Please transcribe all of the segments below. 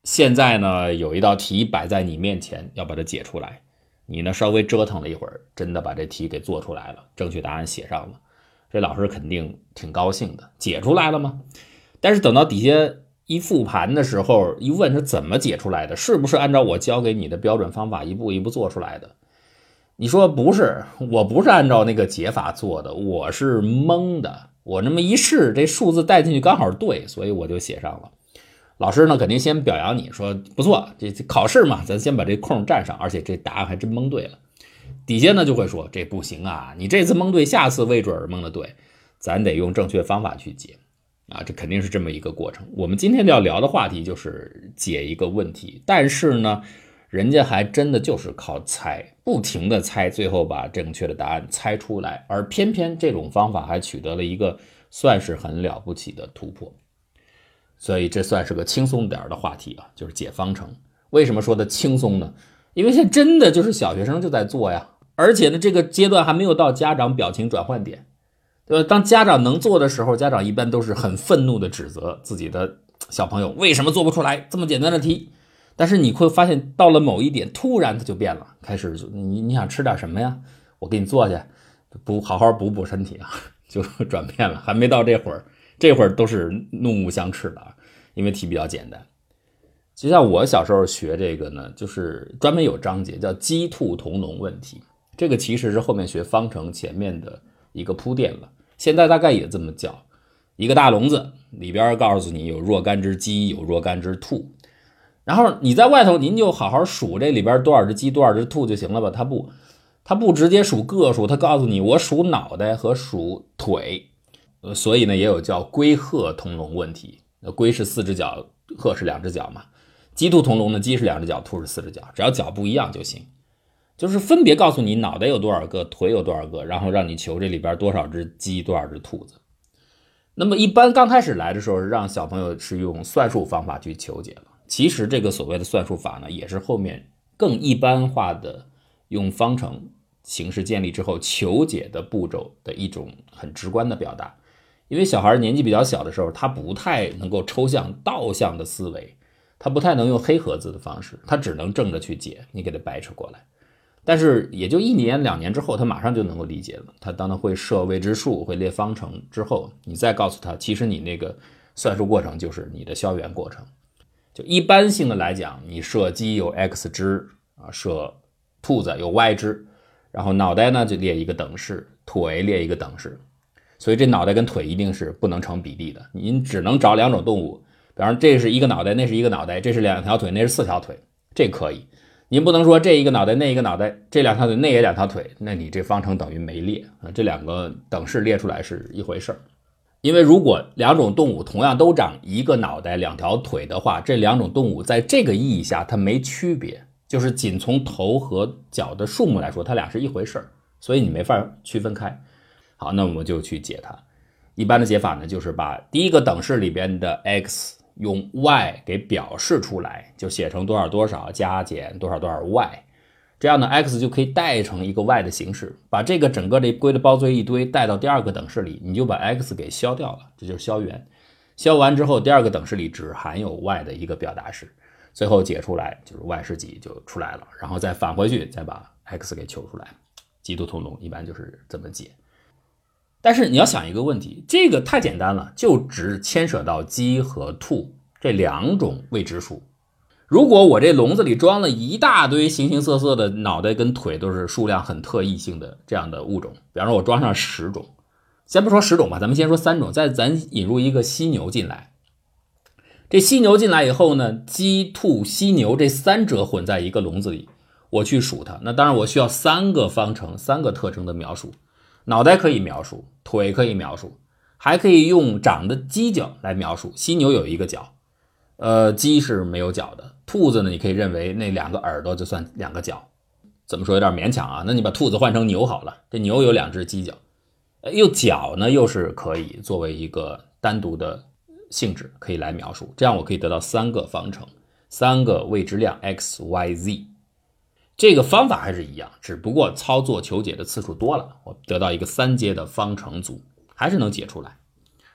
现在呢，有一道题摆在你面前，要把它解出来。你呢稍微折腾了一会儿，真的把这题给做出来了，正确答案写上了。这老师肯定挺高兴的，解出来了吗？但是等到底下一复盘的时候，一问是怎么解出来的，是不是按照我教给你的标准方法一步一步做出来的？你说不是，我不是按照那个解法做的，我是蒙的。我那么一试，这数字带进去刚好对，所以我就写上了。老师呢肯定先表扬你说不错，这考试嘛，咱先把这空占上，而且这答案还真蒙对了。底下呢就会说这不行啊，你这次蒙对，下次未准蒙的对，咱得用正确方法去解啊，这肯定是这么一个过程。我们今天要聊的话题就是解一个问题，但是呢人家还真的就是靠猜，不停的猜，最后把正确的答案猜出来，而偏偏这种方法还取得了一个算是很了不起的突破。所以这算是个轻松点的话题啊，就是解方程。为什么说的轻松呢？因为现在真的就是小学生就在做呀，而且呢这个阶段还没有到家长表情转换点，对吧？当家长能做的时候，家长一般都是很愤怒的指责自己的小朋友为什么做不出来这么简单的题。但是你会发现到了某一点，突然他就变了，开始你想吃点什么呀？我给你做去，不好好补身体啊，就转变了。还没到这会儿，这会儿都是怒目相斥的，因为题比较简单。就像我小时候学这个呢，就是专门有章节叫鸡兔同笼问题，这个其实是后面学方程前面的一个铺垫了。现在大概也这么叫，一个大笼子里边告诉你有若干只鸡，有若干只兔，然后你在外头您就好好数这里边多少只鸡多少只兔就行了吧？他不直接数个数，他告诉你我数脑袋和数腿。所以呢也有叫龟鹤同笼问题，龟是4只脚，鹤是2只脚嘛。鸡兔同笼呢，鸡是2只脚，兔是4只脚，只要脚不一样就行。就是分别告诉你脑袋有多少个，腿有多少个，然后让你求这里边多少只鸡多少只兔子。那么一般刚开始来的时候，让小朋友是用算术方法去求解了。其实这个所谓的算术法呢，也是后面更一般化的用方程形式建立之后求解的步骤的一种很直观的表达。因为小孩年纪比较小的时候，他不太能够抽象倒向的思维，他不太能用黑盒子的方式，他只能正着去解，你给他掰扯过来。但是也就1年2年之后，他马上就能够理解了。他当他会设未知数，会列方程之后，你再告诉他，其实你那个算术过程就是你的消元过程。就一般性的来讲，你设鸡有 x 只啊，设兔子有 y 只，然后脑袋呢就列一个等式，腿列一个等式。所以这脑袋跟腿一定是不能成比例的，您只能找2种动物，比方说这是一个脑袋，那是一个脑袋，这是2条腿，那是4条腿，这可以。您不能说这一个脑袋，那一个脑袋，这2条腿，那也2条腿，那你这方程等于没列啊。这2个等式列出来是一回事儿。因为如果2种动物同样都长一个脑袋2条腿的话，这2种动物在这个意义下它没区别，就是仅从头和脚的数目来说，它俩是一回事儿，所以你没法区分开。好，那我们就去解它。一般的解法呢，就是把第一个等式里边的 x 用 y 给表示出来，就写成多少多少加减多少多少 y， 这样呢 x 就可以代成一个 y 的形式，把这个整个的归的包堆一堆带到第二个等式里，你就把 x 给消掉了，这就是消元。消完之后，第二个等式里只含有 y 的一个表达式，最后解出来就是 y 是几就出来了，然后再返回去再把 x 给求出来。鸡兔同笼一般就是这么解。但是你要想一个问题，这个太简单了，就只牵扯到鸡和兔这2种未知数。如果我这笼子里装了一大堆形形色色的脑袋跟腿都是数量很特异性的这样的物种，比方说我装上10种，先不说10种吧，咱们先说3种，再咱引入一个犀牛进来。这犀牛进来以后呢，鸡、兔、犀牛这3者混在一个笼子里，我去数它，那当然我需要3个方程3个特征的描述。脑袋可以描述，腿可以描述，还可以用长的犄角来描述。犀牛有一个角，鸡是没有角的。兔子呢，你可以认为那2个耳朵就算2个角，怎么说有点勉强啊？那你把兔子换成牛好了，这牛有2只犄角，又角呢又是可以作为一个单独的性质可以来描述，这样我可以得到3个方程，3个未知量 x y z。这个方法还是一样，只不过操作求解的次数多了，我得到一个3阶的方程组，还是能解出来。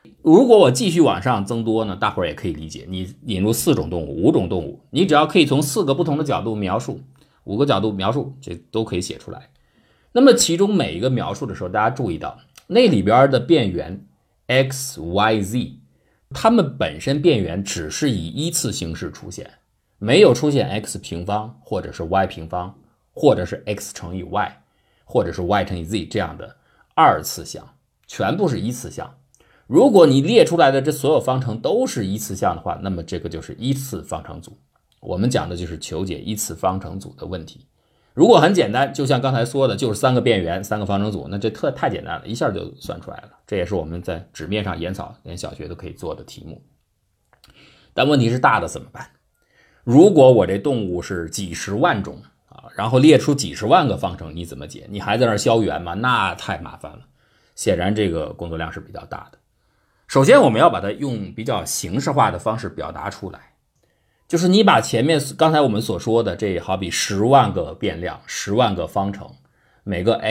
如果我继续往上增多呢，大伙儿也可以理解，你引入4种动物、5种动物，你只要可以从4个不同的角度描述，5个角度描述，这都可以写出来。那么其中每一个描述的时候，大家注意到那里边的变源 x、y、z， 它们本身变源只是以依次形式出现，没有出现 x 平方或者是 y 平方，或者是 x 乘以 y， 或者是 y 乘以 z 这样的2次项，全部是一次项。如果你列出来的这所有方程都是一次项的话，那么这个就是一次方程组。我们讲的就是求解一次方程组的问题。如果很简单，就像刚才说的，就是3个变源3个方程组，那这太简单了，一下就算出来了。这也是我们在纸面上研草连小学都可以做的题目。但问题是大的怎么办？如果我这动物是几十万种然后列出几十万个方程，你怎么解？你还在那儿消元吗？那太麻烦了。显然这个工作量是比较大的。首先我们要把它用比较形式化的方式表达出来，就是你把前面刚才我们所说的这好比10万个变量10万个方程，每个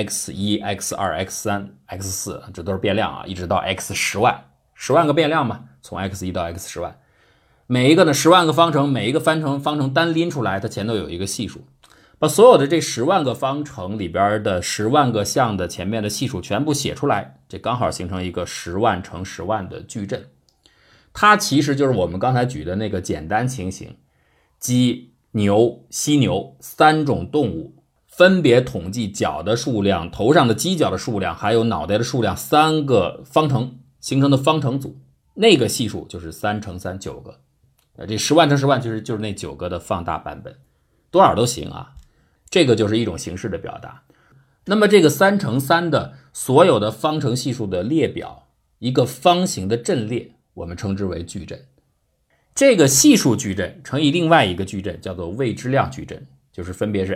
x1、x2、x3、x4 这都是变量一直到 x10万，10万个变量嘛，从 x1 到 x10万，每一个呢10万个方程，每一个方程单拎出来，它前头有一个系数，把所有的这10万个方程里边的10万个项的前面的系数全部写出来，这刚好形成一个10万乘10万的矩阵。它其实就是我们刚才举的那个简单情形，鸡、牛、犀牛3种动物分别统计角的数量、头上的犄角的数量还有脑袋的数量3个方程形成的方程组，那个系数就是3乘3 9个。这10万乘10万就是那9个的放大版本，多少都行这个就是一种形式的表达。那么这个3乘3的所有的方程系数的列表，一个方形的阵列，我们称之为矩阵。这个系数矩阵乘以另外一个矩阵叫做未知量矩阵，就是分别是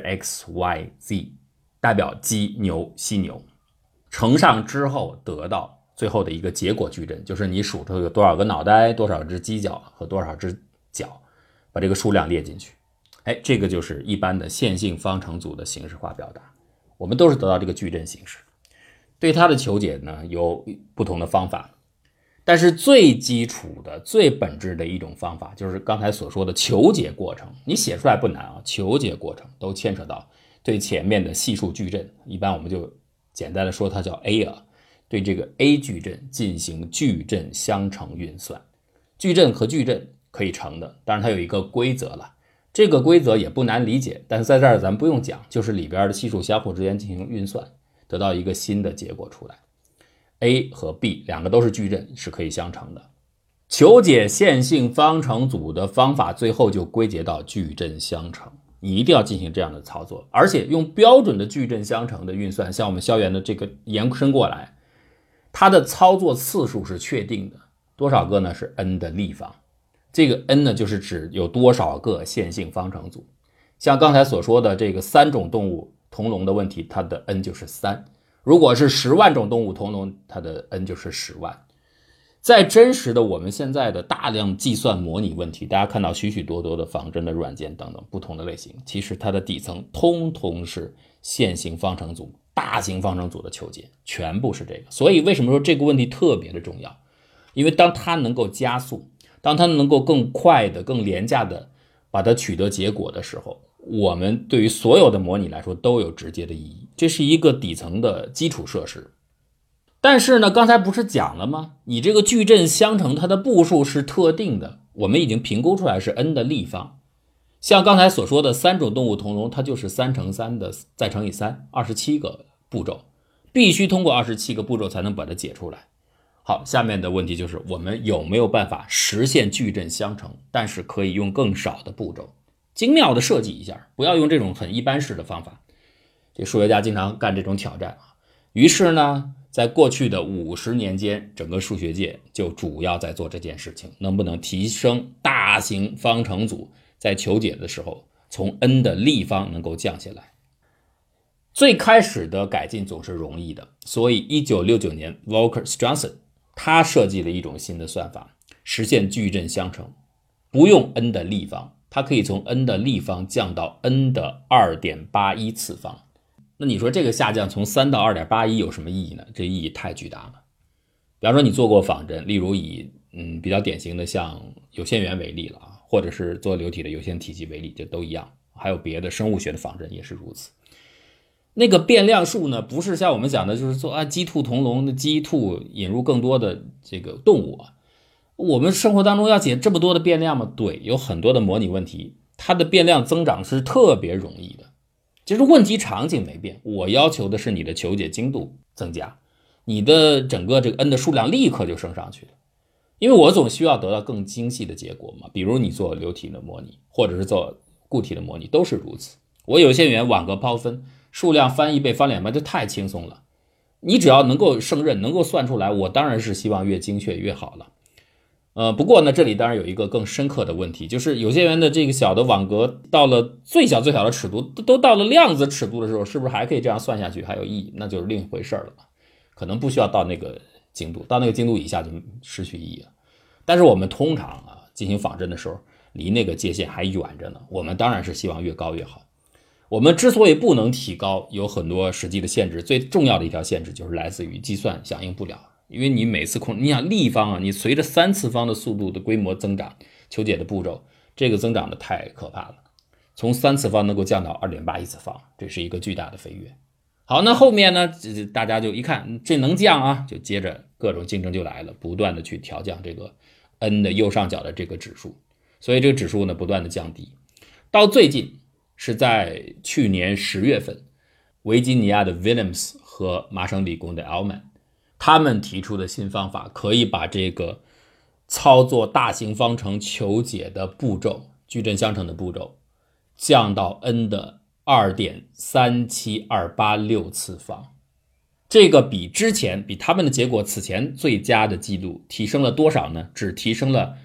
x、y、z， 代表鸡、牛、犀牛，乘上之后得到最后的一个结果矩阵，就是你数出有多少个脑袋、多少只犄角和多少只脚，把这个数量列进去。这个就是一般的线性方程组的形式化表达，我们都是得到这个矩阵形式。对它的求解呢，有不同的方法，但是最基础的最本质的一种方法就是刚才所说的求解过程。你写出来不难求解过程都牵扯到对前面的系数矩阵，一般我们就简单的说它叫 A 对这个 A 矩阵进行矩阵相乘运算。矩阵和矩阵可以乘的，当然它有一个规则了，这个规则也不难理解，但是在这儿咱们不用讲，就是里边的系数相互之间进行运算，得到一个新的结果出来。A 和 B 两个都是矩阵，是可以相乘的。求解线性方程组的方法最后就归结到矩阵相乘，你一定要进行这样的操作，而且用标准的矩阵相乘的运算，像我们消元的这个延伸过来，它的操作次数是确定的，多少个呢？是 n 的立方。这个 n 呢，就是指有多少个线性方程组。像刚才所说的这个3种动物同笼的问题，它的 n 就是3。如果是10万种动物同笼，它的 n 就是10万。在真实的我们现在的大量计算模拟问题，大家看到许许多多的仿真的软件等等不同的类型，其实它的底层通通是线性方程组、大型方程组的求解，全部是这个。所以为什么说这个问题特别的重要？因为当它能够加速，当它能够更快的、更廉价的把它取得结果的时候，我们对于所有的模拟来说都有直接的意义，这是一个底层的基础设施。但是呢，刚才不是讲了吗？你这个矩阵相乘它的步数是特定的，我们已经评估出来是 n 的立方。像刚才所说的3种动物同笼，它就是3乘3的再乘以3 ，27个步骤，必须通过27个步骤才能把它解出来。好，下面的问题就是我们有没有办法实现矩阵相乘，但是可以用更少的步骤，精妙的设计一下，不要用这种很一般式的方法。这数学家经常干这种挑战于是呢，在过去的50年间，整个数学界就主要在做这件事情，能不能提升大型方程组在求解的时候从 n 的立方能够降下来。最开始的改进总是容易的，所以1969年 Volker Stronson 他设计了一种新的算法，实现矩阵相乘，不用 n 的立方，它可以从 n 的立方降到 n 的 2.81 次方。那你说这个下降从3到 2.81 有什么意义呢？这意义太巨大了。 比方说你做过仿真，例如以比较典型的像有限元为例了啊，或者是做流体的有限体积为例，这都一样。还有别的生物学的仿真也是如此。那个变量数呢，不是像我们讲的就是说鸡兔同笼的鸡兔引入更多的这个动物啊。我们生活当中要解这么多的变量吗？对，有很多的模拟问题，它的变量增长是特别容易的。其实问题场景没变，我要求的是你的求解精度增加，你的整个这个 n 的数量立刻就升上去了。因为我总需要得到更精细的结果嘛，比如你做流体的模拟，或者是做固体的模拟，都是如此。我有限元网格抛分，数量翻1倍翻2倍，这太轻松了。你只要能够胜任，能够算出来，我当然是希望越精确越好了。不过呢，这里当然有一个更深刻的问题，就是有限元的这个小的网格到了最小的尺度，都到了量子尺度的时候，是不是还可以这样算下去还有意义？那就是另一回事了，可能不需要到那个精度，到那个精度以下就失去意义了。但是我们通常进行仿真的时候，离那个界限还远着呢，我们当然是希望越高越好。我们之所以不能提高，有很多实际的限制，最重要的一条限制就是来自于计算响应不了。因为你每次你想立方你随着3次方的速度的规模增长，求解的步骤，这个增长的太可怕了。从3次方能够降到2.8亿次方，这是一个巨大的飞跃。好，那后面呢，大家就一看这能降就接着各种竞争就来了，不断的去调降这个 n 的右上角的这个指数，所以这个指数呢不断的降低，到最近是在去年10月份，维吉尼亚的 Williams 和麻省理工的 Allman，他们提出的新方法可以把这个操作大型方程求解的步骤，矩阵相乘的步骤降到 n 的 2.37286 次方。这个比他们的结果此前最佳的记录提升了多少呢？只提升了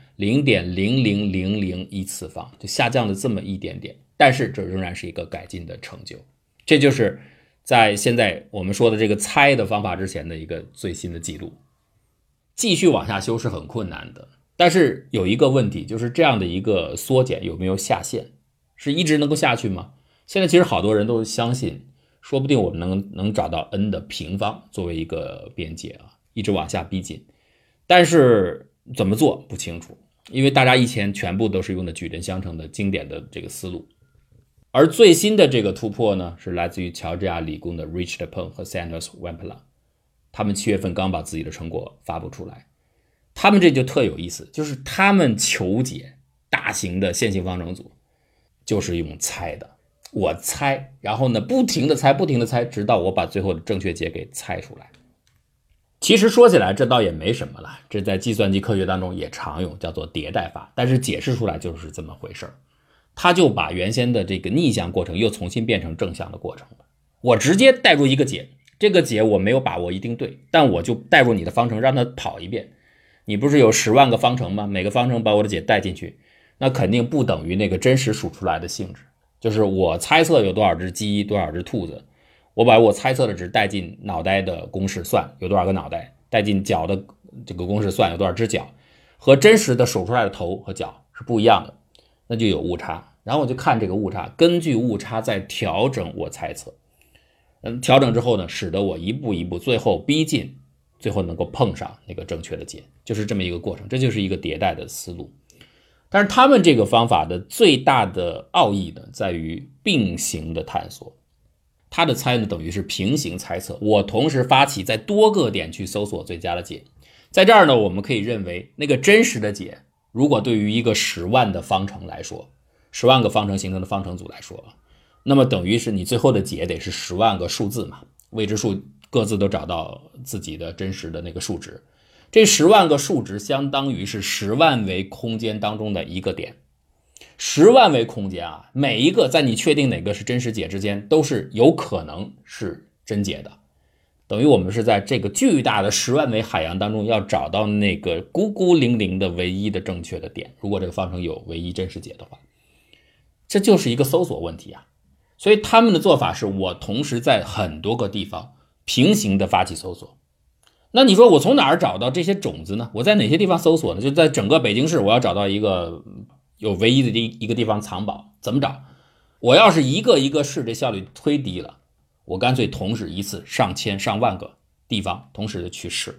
0.00001 次方，就下降了这么一点点，但是这仍然是一个改进的成就。这就是在现在我们说的这个猜的方法之前的一个最新的记录。继续往下修是很困难的，但是有一个问题，就是这样的一个缩减有没有下限，是一直能够下去吗？现在其实好多人都相信，说不定我们能找到 n 的平方作为一个边界一直往下逼近，但是怎么做不清楚，因为大家以前全部都是用的矩阵相乘的经典的这个思路。而最新的这个突破呢，是来自于乔治亚理工的 Richard Peng 和 Sanders Wampler， 他们7月份刚把自己的成果发布出来。他们这就特有意思，就是他们求解大型的线性方程组就是用猜的，我猜，然后呢不停的猜，直到我把最后的正确解给猜出来。其实说起来这倒也没什么了，这在计算机科学当中也常用，叫做迭代法，但是解释出来就是这么回事。他就把原先的这个逆向过程又重新变成正向的过程了。我直接带入一个解，这个解我没有把握一定对，但我就带入你的方程让它跑一遍。你不是有10万个方程吗？每个方程把我的解带进去，那肯定不等于那个真实数出来的性质。就是我猜测有多少只鸡，多少只兔子，我把我猜测的值带进脑袋的公式算有多少个脑袋，带进脚的这个公式算有多少只脚，和真实的数出来的头和脚是不一样的，那就有误差。然后我就看这个误差，根据误差再调整我猜测，调整之后呢，使得我一步一步最后逼近，最后能够碰上那个正确的解，就是这么一个过程。这就是一个迭代的思路。但是他们这个方法的最大的奥义呢，在于并行的探索。它的猜呢，等于是平行猜测，我同时发起在多个点去搜索最佳的解。在这儿呢，我们可以认为那个真实的解，如果对于一个10万的方程来说，10万个方程形成的方程组来说，那么等于是你最后的解得是10万个数字嘛，未知数各自都找到自己的真实的那个数值，这10万个数值相当于是10万维空间当中的一个点。10万维空间每一个在你确定哪个是真实解之间都是有可能是真解的，等于我们是在这个巨大的10万维海洋当中要找到那个孤孤零零的唯一的正确的点，如果这个方程有唯一真实解的话，这就是一个搜索问题所以他们的做法是我同时在很多个地方平行的发起搜索。那你说我从哪儿找到这些种子呢？我在哪些地方搜索呢？就在整个北京市，我要找到一个有唯一的一个地方藏宝，怎么找？我要是一个一个试，这效率忒低了，我干脆同时一次上千上万个地方同时的去试。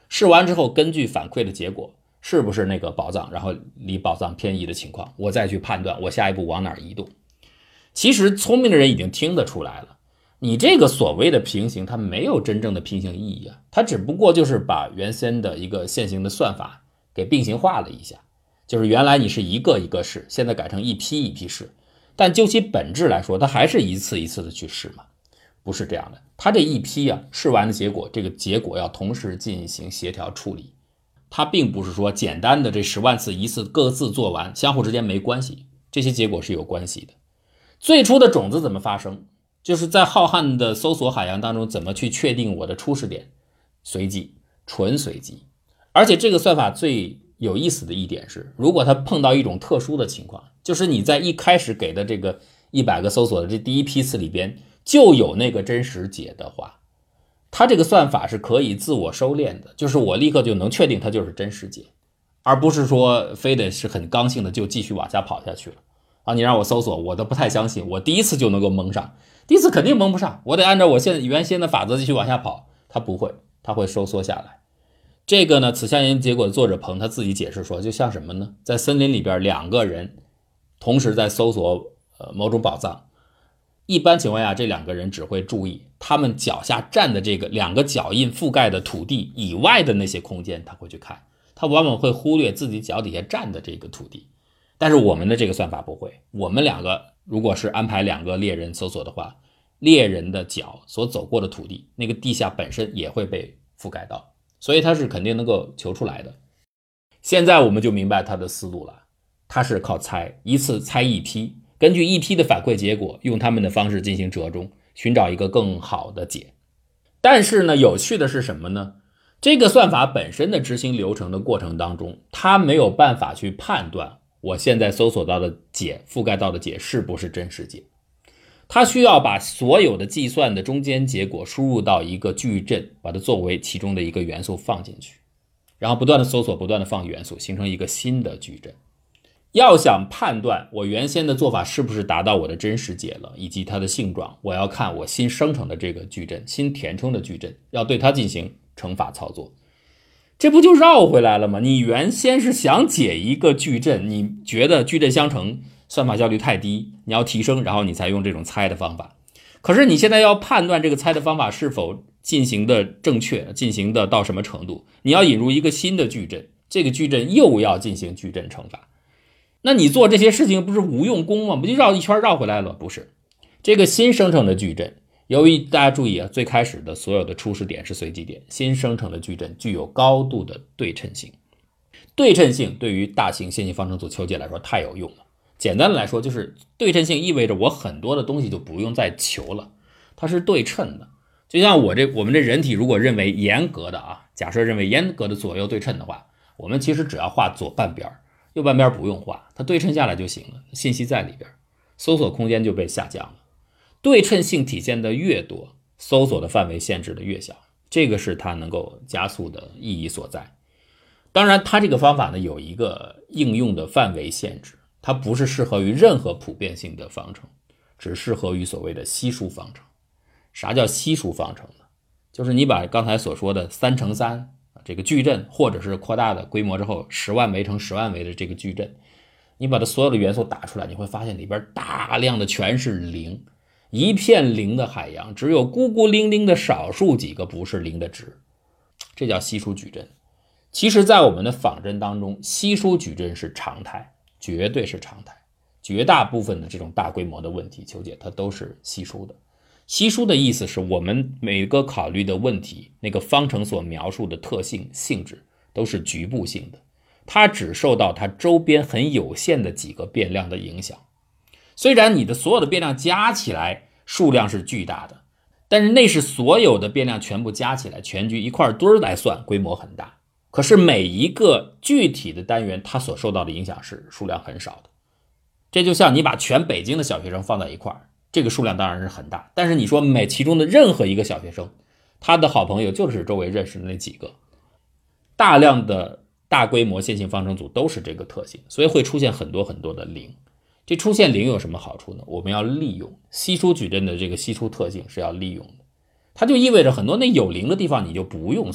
试完之后根据反馈的结果是不是那个宝藏，然后离宝藏偏移的情况，我再去判断我下一步往哪儿移动。其实聪明的人已经听得出来了，你这个所谓的平行它没有真正的平行意义啊，它只不过就是把原先的一个现行的算法给并行化了一下，就是原来你是一个一个试，现在改成一批一批试，但就其本质来说，它还是一次一次的去试嘛，不是这样的。它这一批啊，试完的结果，这个结果要同时进行协调处理，它并不是说简单的这10万次一次各自做完，相互之间没关系，这些结果是有关系的。最初的种子怎么发生，就是在浩瀚的搜索海洋当中怎么去确定我的初始点，随机，纯随机。而且这个算法最有意思的一点是，如果它碰到一种特殊的情况，就是你在一开始给的这个100个搜索的这第一批次里边就有那个真实解的话，它这个算法是可以自我收敛的，就是我立刻就能确定它就是真实解，而不是说非得是很刚性的就继续往下跑下去了啊！你让我搜索，我都不太相信我第一次就能够蒙上，第一次肯定蒙不上，我得按照我原先的法则继续往下跑，它不会，它会收缩下来。这个呢，此项研究结果的作者彭他自己解释说，就像什么呢？在森林里边2个人同时在搜索某种宝藏，一般情况下这2个人只会注意他们脚下站的这个2个脚印覆盖的土地以外的那些空间，他会去看，他往往会忽略自己脚底下站的这个土地。但是我们的这个算法不会，我们2个如果是安排2个猎人搜索的话，猎人的脚所走过的土地，那个地下本身也会被覆盖到，所以它是肯定能够求出来的。现在我们就明白他的思路了，他是靠猜，一次猜一批，根据一批的反馈结果，用他们的方式进行折中，寻找一个更好的解。但是呢，有趣的是什么呢？这个算法本身的执行流程的过程当中，它没有办法去判断我现在搜索到的解，覆盖到的解是不是真实解。它需要把所有的计算的中间结果输入到一个矩阵，把它作为其中的一个元素放进去，然后不断的搜索，不断的放元素，形成一个新的矩阵。要想判断我原先的做法是不是达到我的真实解了，以及它的性状，我要看我新生成的这个矩阵，新填充的矩阵，要对它进行乘法操作。这不就绕回来了吗？你原先是想解一个矩阵，你觉得矩阵相乘算法效率太低，你要提升，然后你才用这种猜的方法。可是你现在要判断这个猜的方法是否进行的正确，进行的到什么程度，你要引入一个新的矩阵，这个矩阵又要进行矩阵乘法。那你做这些事情不是无用功吗？不就绕一圈绕回来了？不是，这个新生成的矩阵，由于大家注意啊，最开始的所有的初始点是随机点，新生成的矩阵具有高度的对称性。对称性对于大型线性方程组求解来说太有用了。简单的来说，就是对称性意味着我很多的东西就不用再求了，它是对称的。就像我们这人体如果认为严格的假设认为严格的左右对称的话，我们其实只要画左半边，右半边不用画，它对称下来就行了，信息在里边，搜索空间就被下降了。对称性体现的越多，搜索的范围限制的越小，这个是它能够加速的意义所在。当然，它这个方法呢有一个应用的范围限制，它不是适合于任何普遍性的方程，只适合于所谓的稀疏方程。啥叫稀疏方程呢？就是你把刚才所说的3×3这个矩阵，或者是扩大的规模之后10万维乘10万维的这个矩阵，你把它所有的元素打出来，你会发现里边大量的全是零，一片零的海洋，只有孤孤零零的少数几个不是零的值，这叫稀疏矩阵。其实在我们的仿真当中，稀疏矩阵是常态，绝对是常态，绝大部分的这种大规模的问题求解它都是稀疏的。稀疏的意思是我们每个考虑的问题，那个方程所描述的特性性质都是局部性的，它只受到它周边很有限的几个变量的影响。虽然你的所有的变量加起来数量是巨大的，但是那是所有的变量全部加起来，全局一块堆儿来算，规模很大。可是每一个具体的单元它所受到的影响是数量很少的。这就像你把全北京的小学生放在一块儿，这个数量当然是很大，但是你说其中的任何一个小学生，他的好朋友就是周围认识的那几个。大量的大规模线性方程组都是这个特性，所以会出现很多很多的零。这出现零有什么好处呢？我们要利用稀疏矩阵的这个稀疏特性是要利用的，它就意味着很多那有零的地方你就不用算，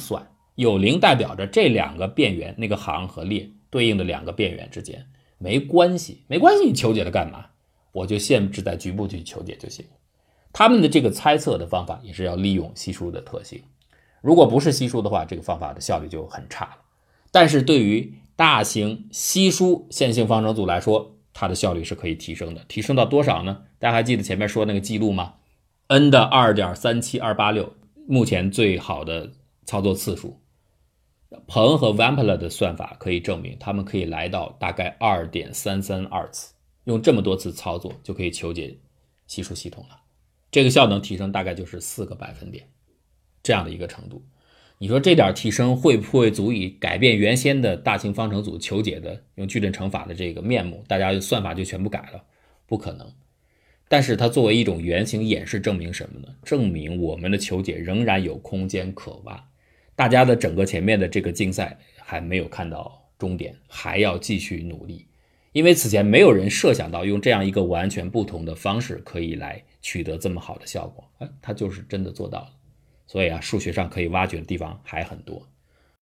有零代表着这两个变元，那个行和列对应的两个变元之间没关系，没关系，你求解它干嘛？我就限制在局部去求解就行。他们的这个猜测的方法也是要利用稀疏的特性，如果不是稀疏的话，这个方法的效率就很差了。但是对于大型稀疏线性方程组来说，它的效率是可以提升的，提升到多少呢？大家还记得前面说那个记录吗？ n 的 2.37286 目前最好的操作次数，彭和 Wampler 的算法可以证明他们可以来到大概 2.332 次，用这么多次操作就可以求解稀疏系统了，这个效能提升大概就是4个百分点这样的一个程度。你说这点提升会不会足以改变原先的大型方程组求解的用矩阵乘法的这个面目，大家算法就全部改了？不可能。但是它作为一种原型演示，证明什么呢？证明我们的求解仍然有空间可挖，大家的整个前面的这个竞赛还没有看到终点，还要继续努力。因为此前没有人设想到用这样一个完全不同的方式可以来取得这么好的效果，它就是真的做到了。所以数学上可以挖掘的地方还很多。